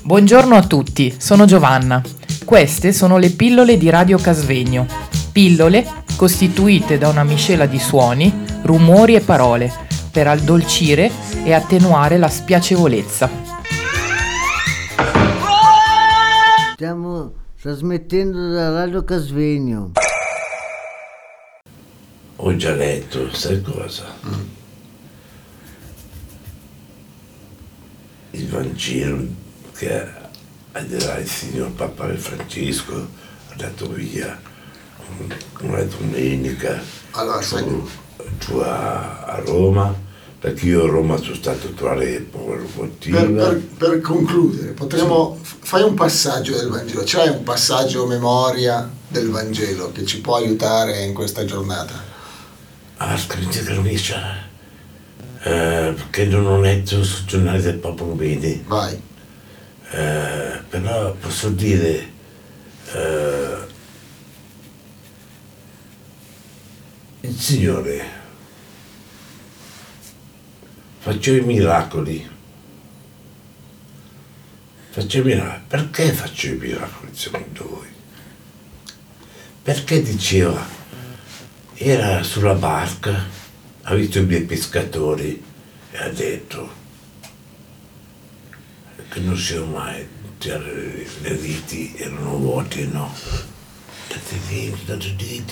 Buongiorno a tutti, sono Giovanna. Queste sono le pillole di Radio Casvegno. Pillole costituite da una miscela di suoni, rumori e parole per addolcire e attenuare la spiacevolezza. Stiamo trasmettendo da Radio Casvegno. Ho già letto, sai cosa? Il Vangelo che il signor Papa Francesco ha dato via una domenica giù a Roma, perché io a Roma sono stato trovare motivo. Per concludere, fai un passaggio del Vangelo, c'è un passaggio memoria del Vangelo che ci può aiutare in questa giornata? Scritto che non che non ho letto sul giornale del Popolo Bene. Vai. Però posso dire il Signore faceva i miracoli. Perché faceva i miracoli secondo voi? Perché diceva, era sulla barca, ha visto i miei pescatori e ha detto che non sia mai, le riti erano vuoti, no? Date dentro,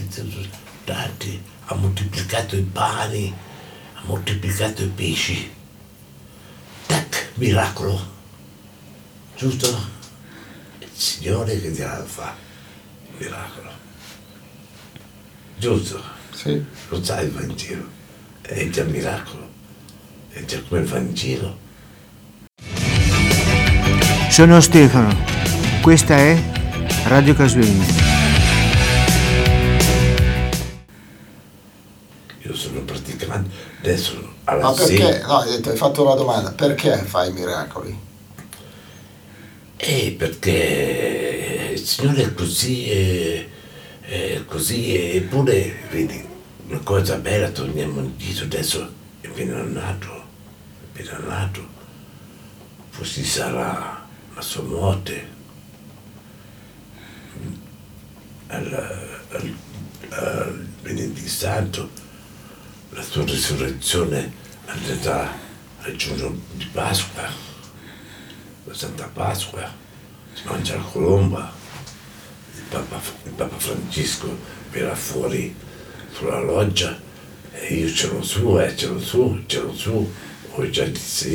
ha moltiplicato i pani, ha moltiplicato i pesci. Tac, miracolo. Giusto? Il Signore che dirà fa il miracolo. Giusto? Sì. Lo sai il Vangelo? È già miracolo. È già come il Vangelo. Sono Stefano, questa è Radio Casvegno. Io sono praticante, adesso alla Ma perché? sera. No, hai fatto la domanda, perché fai i miracoli? Perché il Signore è così, eppure, vedi, una cosa bella, torniamo indietro, adesso è appena nato, forse sarà la sua morte, al venerdì santo, la sua risurrezione all'età al giorno di Pasqua, la Santa Pasqua, si mangia la colomba, il Papa Francesco verrà fuori sulla loggia e io ce l'ho su, ho già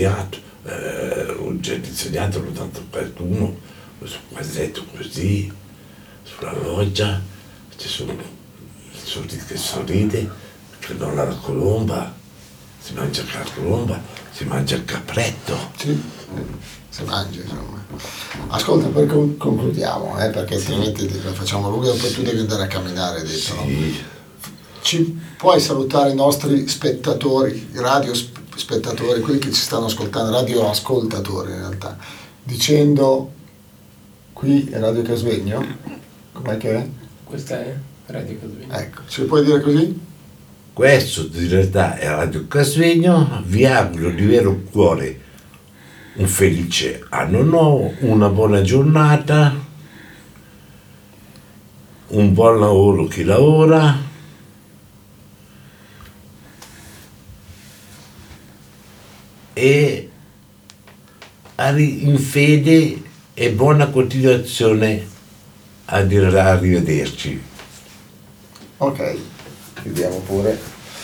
disegnato, l'ho dato a qualcuno, questo quadretto così, sulla loggia, c'è solo che sorride, che non ha la colomba, si mangia la colomba, si mangia il capretto. Sì, si mangia, insomma. Ascolta, poi concludiamo, perché altrimenti la facciamo lunga e poi tu devi andare a camminare dentro. Sì. No? Ci puoi salutare i nostri spettatori, i radiospettatori, quelli che ci stanno ascoltando, radioascoltatori in realtà, dicendo qui è Radio Casvegno? Com'è che è? Questa è Radio Casvegno. Ecco, ci puoi dire così? Questo in realtà è Radio Casvegno, vi auguro di vero cuore un felice anno nuovo, una buona giornata, un buon lavoro chi lavora e in fede e buona continuazione a dire arrivederci. Ok, chiudiamo pure.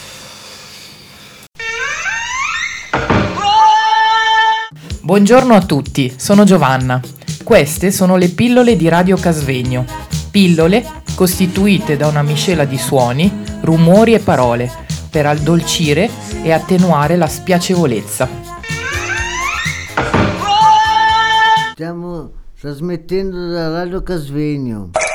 Buongiorno a tutti, sono Giovanna. Queste sono le pillole di Radio Casvegno. Pillole costituite da una miscela di suoni, rumori e parole per addolcire e attenuare la spiacevolezza. Stiamo trasmettendo da Radio Casvegno.